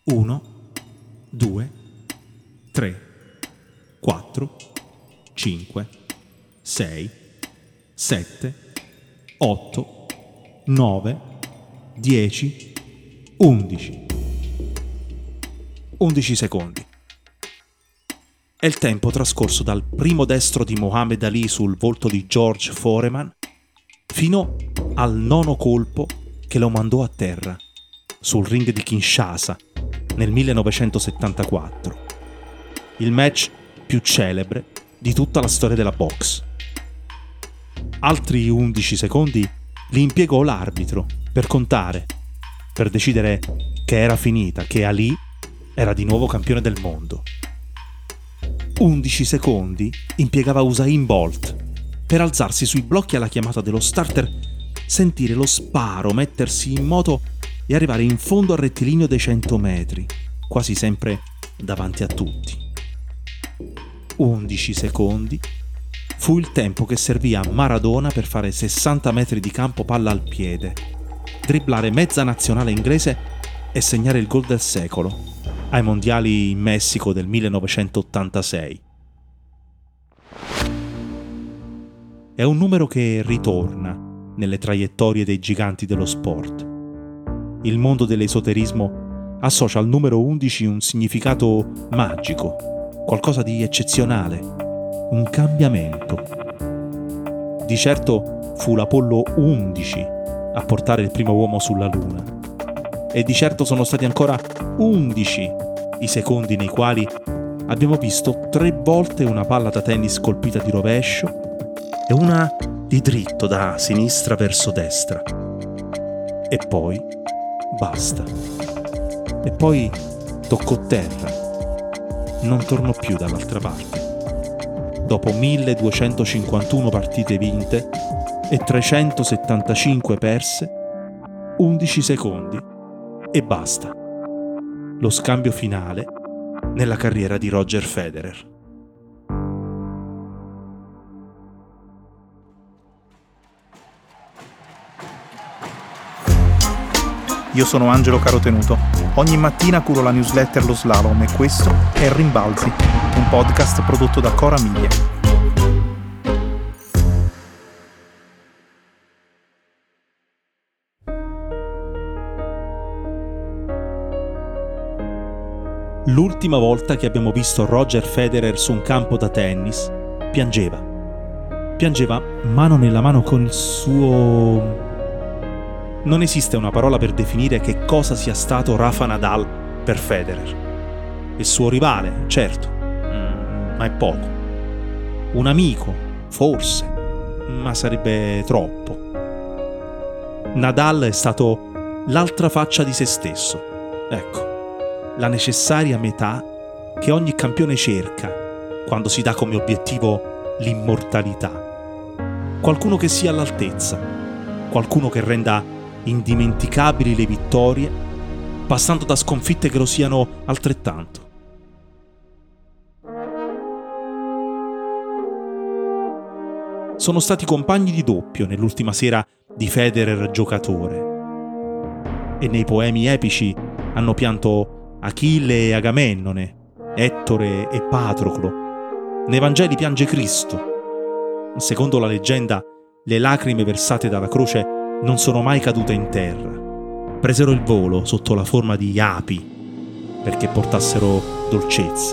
1, 2, 3, 4, 5, 6, 7, 8, 9, 10, 11. 11 secondi. È il tempo trascorso dal primo destro di Muhammad Ali sul volto di George Foreman fino al nono colpo che lo mandò a terra sul ring di Kinshasa nel 1974. Il match più celebre di tutta la storia della box. Altri 11 secondi li impiegò l'arbitro per contare, per decidere che era finita, che Ali era di nuovo campione del mondo. 11 secondi impiegava Usain Bolt per alzarsi sui blocchi alla chiamata dello starter, sentire lo sparo, mettersi in moto e arrivare in fondo al rettilineo dei 100 metri, quasi sempre davanti a tutti. 11 secondi fu il tempo che servì a Maradona per fare 60 metri di campo palla al piede, dribblare mezza nazionale inglese e segnare il gol del secolo ai mondiali in Messico del 1986. È un numero che ritorna nelle traiettorie dei giganti dello sport. Il mondo dell'esoterismo associa al numero 11 un significato magico, qualcosa di eccezionale, un cambiamento. Di certo fu l'Apollo 11 a portare il primo uomo sulla Luna. E di certo sono stati ancora 11 i secondi nei quali abbiamo visto 3 volte una palla da tennis colpita di rovescio e una di dritto da sinistra verso destra. E poi basta. E poi toccò terra. Non tornò più dall'altra parte. Dopo 1251 partite vinte e 375 perse, 11 secondi e basta. Lo scambio finale nella carriera di Roger Federer. Io sono Angelo Carotenuto. Ogni mattina curo la newsletter Lo Slalom e questo è Rimbalzi, un podcast prodotto da Cora Media. L'ultima volta che abbiamo visto Roger Federer su un campo da tennis, piangeva. Piangeva mano nella mano con il suo... Non esiste una parola per definire che cosa sia stato Rafa Nadal per Federer. Il suo rivale, certo, ma è poco. Un amico, forse, ma sarebbe troppo. Nadal è stato l'altra faccia di se stesso. Ecco, la necessaria metà che ogni campione cerca quando si dà come obiettivo l'immortalità. Qualcuno che sia all'altezza, qualcuno che renda indimenticabili le vittorie, passando da sconfitte che lo siano altrettanto. Sono stati compagni di doppio nell'ultima sera di Federer giocatore e nei poemi epici hanno pianto Achille e Agamennone, Ettore e Patroclo. Nei Vangeli piange Cristo. Secondo la leggenda, le lacrime versate dalla croce non sono mai cadute in terra. Presero il volo sotto la forma di api perché portassero dolcezza.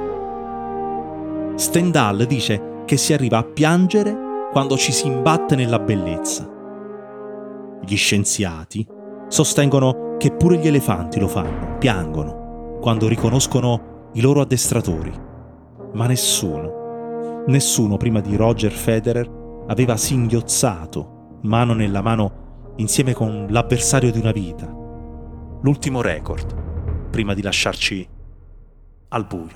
Stendhal dice che si arriva a piangere quando ci si imbatte nella bellezza. Gli scienziati sostengono che pure gli elefanti lo fanno, piangono, quando riconoscono i loro addestratori. Ma nessuno prima di Roger Federer aveva singhiozzato mano nella mano insieme con l'avversario di una vita. L'ultimo record prima di lasciarci al buio.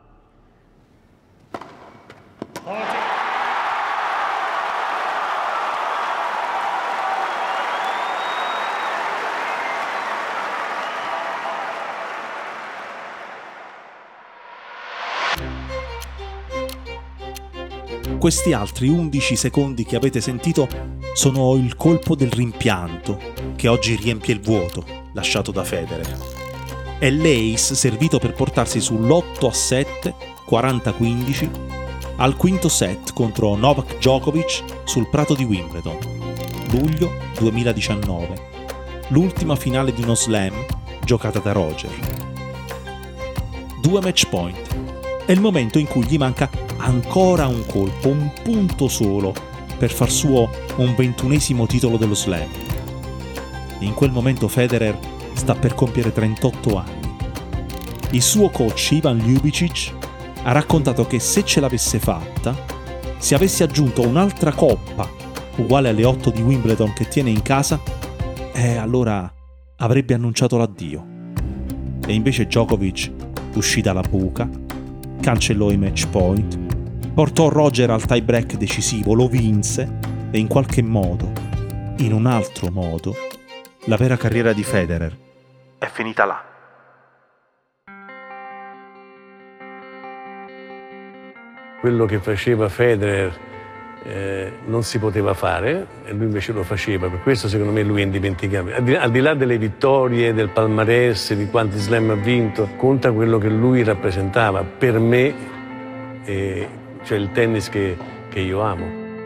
Questi altri 11 secondi che avete sentito sono il colpo del rimpianto che oggi riempie il vuoto lasciato da Federer. è l'ace servito per portarsi sull'8-7, 40-15, al quinto set contro Novak Djokovic sul prato di Wimbledon, luglio 2019, l'ultima finale di uno slam giocata da Roger. 2 match point. È il momento in cui gli manca ancora un colpo, un punto solo, per far suo un 21esimo titolo dello slam. In quel momento Federer sta per compiere 38 anni. Il suo coach Ivan Ljubicic ha raccontato che se ce l'avesse fatta, se avesse aggiunto un'altra coppa uguale alle 8 di Wimbledon che tiene in casa, allora avrebbe annunciato l'addio. E invece Djokovic uscì dalla buca, cancellò i match point, portò Roger al tie break decisivo, lo vinse e in qualche modo, in un altro modo, la vera carriera di Federer è finita là. Quello che faceva Federer non si poteva fare e lui invece lo faceva, per questo secondo me lui è indimenticabile. Al di là delle vittorie, del palmarès, di quanti slam ha vinto, conta quello che lui rappresentava per me, cioè il tennis che io amo.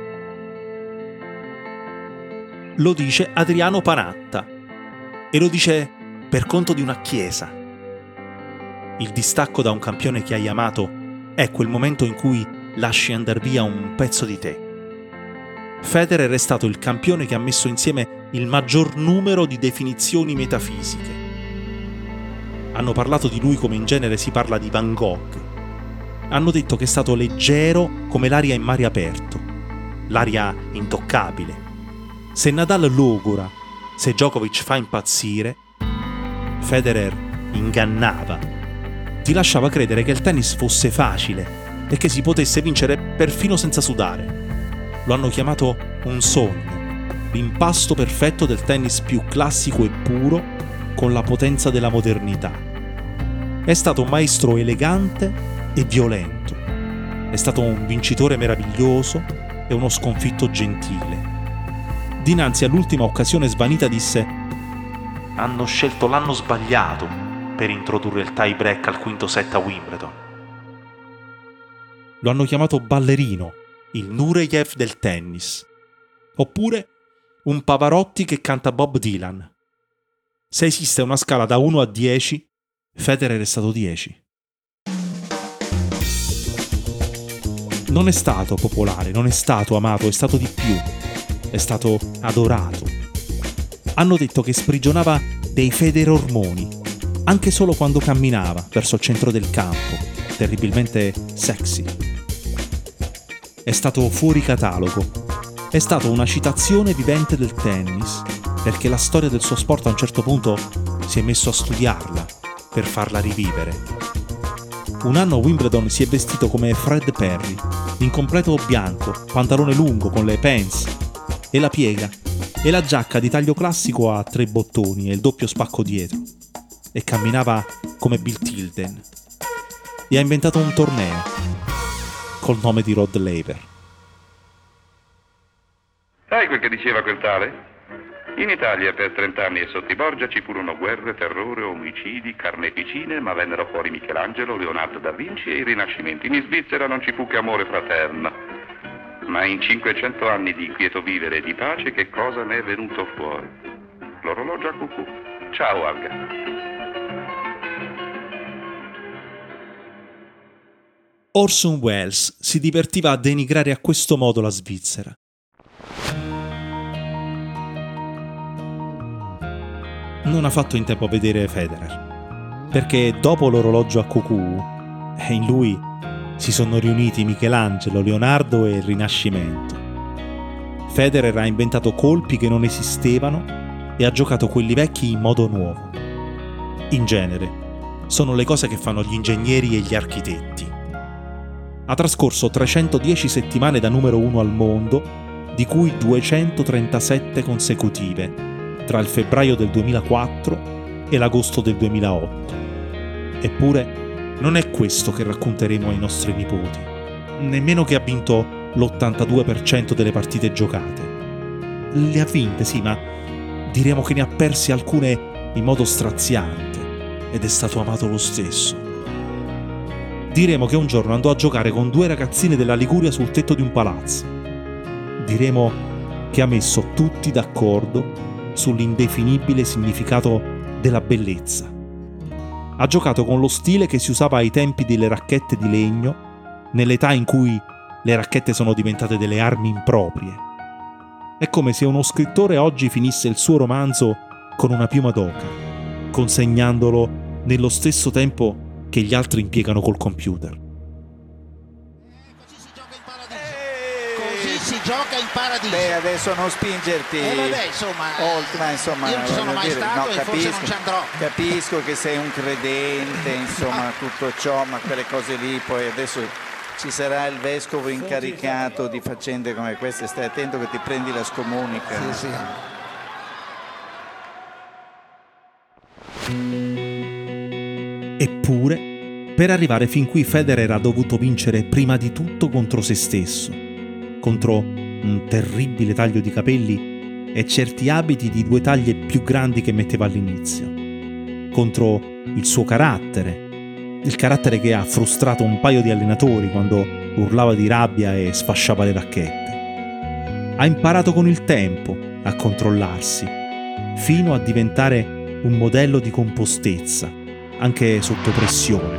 Lo dice Adriano Panatta e lo dice per conto di una chiesa. Il distacco da un campione che hai amato è quel momento in cui lasci andar via un pezzo di te. Federer è stato il campione che ha messo insieme il maggior numero di definizioni metafisiche. Hanno parlato di lui come in genere si parla di Van Gogh. Hanno detto che è stato leggero come l'aria in mare aperto, l'aria intoccabile. Se Nadal logora, se Djokovic fa impazzire, Federer ingannava. Ti lasciava credere che il tennis fosse facile e che si potesse vincere perfino senza sudare. Lo hanno chiamato un sogno, l'impasto perfetto del tennis più classico e puro con la potenza della modernità. È stato un maestro elegante e violento. È stato un vincitore meraviglioso e uno sconfitto gentile. Dinanzi all'ultima occasione svanita disse: hanno scelto l'anno sbagliato per introdurre il tie break al quinto set a Wimbledon. Lo hanno chiamato ballerino, il Nureyev del tennis. Oppure un Pavarotti che canta Bob Dylan. Se esiste una scala da 1 a 10, Federer è stato 10. Non è stato popolare, non è stato amato, è stato di più. È stato adorato. Hanno detto che sprigionava dei Federormoni, anche solo quando camminava verso il centro del campo, terribilmente sexy. È stato fuori catalogo. È stato una citazione vivente del tennis, perché la storia del suo sport a un certo punto si è messo a studiarla per farla rivivere. Un anno a Wimbledon si è vestito come Fred Perry, in completo bianco, pantalone lungo con le pants e la piega e la giacca di taglio classico a 3 bottoni e il doppio spacco dietro, e camminava come Bill Tilden. E ha inventato un torneo col nome di Rod Laver. Sai quel che diceva quel tale? In Italia per 30 anni e sotto i Borgia ci furono guerre, terrore, omicidi, carneficine, ma vennero fuori Michelangelo, Leonardo da Vinci e i Rinascimenti. In Svizzera non ci fu che amore fraterno. Ma in 500 anni di quieto vivere e di pace che cosa ne è venuto fuori? L'orologio a cucù. Ciao Alga. Orson Welles si divertiva a denigrare a questo modo la Svizzera. Non ha fatto in tempo a vedere Federer, perché dopo l'orologio a cucù, in lui si sono riuniti Michelangelo, Leonardo e il Rinascimento. Federer ha inventato colpi che non esistevano e ha giocato quelli vecchi in modo nuovo. In genere, sono le cose che fanno gli ingegneri e gli architetti. Ha trascorso 310 settimane da numero 1 al mondo, di cui 237 consecutive, tra il febbraio del 2004 e l'agosto del 2008. Eppure, non è questo che racconteremo ai nostri nipoti, nemmeno che ha vinto l'82% delle partite giocate. Le ha vinte, sì, ma diremo che ne ha perse alcune in modo straziante. ed è stato amato lo stesso. Diremo che un giorno andò a giocare con 2 ragazzine della Liguria sul tetto di un palazzo. Diremo che ha messo tutti d'accordo sull'indefinibile significato della bellezza. Ha giocato con lo stile che si usava ai tempi delle racchette di legno, nell'età in cui le racchette sono diventate delle armi improprie. È come se uno scrittore oggi finisse il suo romanzo con una piuma d'oca, consegnandolo nello stesso tempo che gli altri impiegano col computer. Così si gioca in paradiso. Beh, adesso non spingerti vabbè, insomma, oltre, ma insomma, io non ci sono mai stato e forse non ci andrò. Capisco che sei un credente, insomma, tutto ciò, ma quelle cose lì, poi adesso ci sarà il vescovo incaricato di faccende come queste, stai attento che ti prendi la scomunica. Sì. Eppure, per arrivare fin qui Federer ha dovuto vincere prima di tutto contro se stesso, contro un terribile taglio di capelli e certi abiti di 2 taglie più grandi che metteva all'inizio, contro il suo carattere, il carattere che ha frustrato un paio di allenatori quando urlava di rabbia e sfasciava le racchette. Ha imparato con il tempo a controllarsi, fino a diventare un modello di compostezza, anche sotto pressione.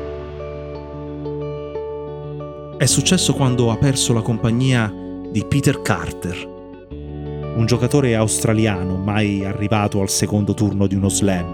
È successo quando ha perso la compagnia di Peter Carter, un giocatore australiano mai arrivato al secondo turno di uno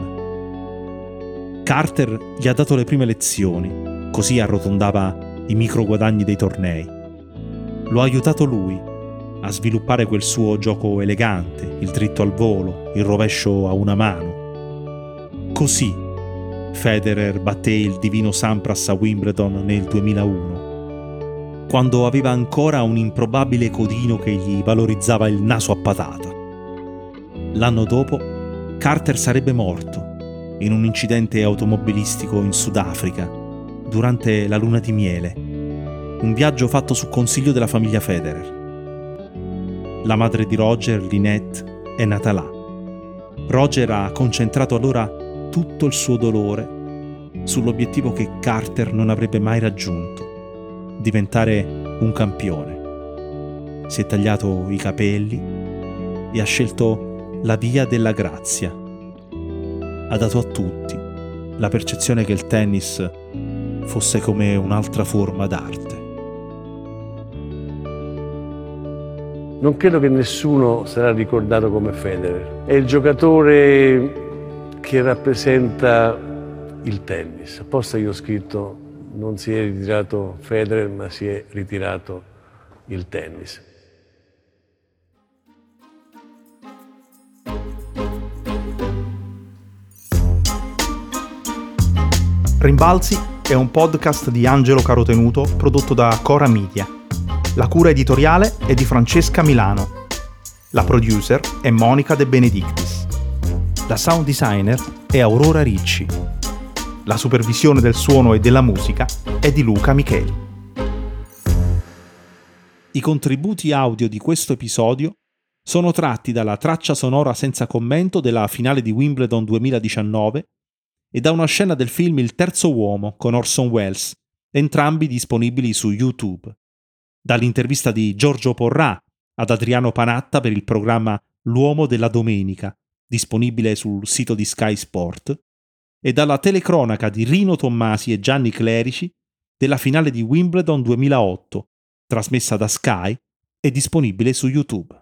slam. Carter gli ha dato le prime lezioni, così arrotondava i micro guadagni dei tornei. Lo ha aiutato lui a sviluppare quel suo gioco elegante, il dritto al volo, il rovescio a una mano. Così Federer batté il divino Sampras a Wimbledon nel 2001, quando aveva ancora un improbabile codino che gli valorizzava il naso a patata. L'anno dopo, Carter sarebbe morto in un incidente automobilistico in Sudafrica durante la luna di miele, un viaggio fatto su consiglio della famiglia Federer. La madre di Roger, Lynette, è nata là. Roger ha concentrato allora tutto il suo dolore sull'obiettivo che Carter non avrebbe mai raggiunto: diventare un campione. Si è tagliato i capelli e ha scelto la via della grazia. Ha dato a tutti la percezione che il tennis fosse come un'altra forma d'arte. Non credo che nessuno sarà ricordato come Federer. È il giocatore che rappresenta il tennis. Apposta io ho scritto: non si è ritirato Federer, ma si è ritirato il tennis. Rimbalzi è un podcast di Angelo Carotenuto prodotto da Cora Media. La cura editoriale è di Francesca Milano. La producer è Monica De Benedictis. La sound designer è Aurora Ricci. La supervisione del suono e della musica è di Luca Micheli. I contributi audio di questo episodio sono tratti dalla traccia sonora senza commento della finale di Wimbledon 2019 e da una scena del film Il terzo uomo con Orson Welles, entrambi disponibili su YouTube. Dall'intervista di Giorgio Porrà ad Adriano Panatta per il programma L'uomo della domenica, disponibile sul sito di Sky Sport, e dalla telecronaca di Rino Tommasi e Gianni Clerici della finale di Wimbledon 2008, trasmessa da Sky e disponibile su YouTube.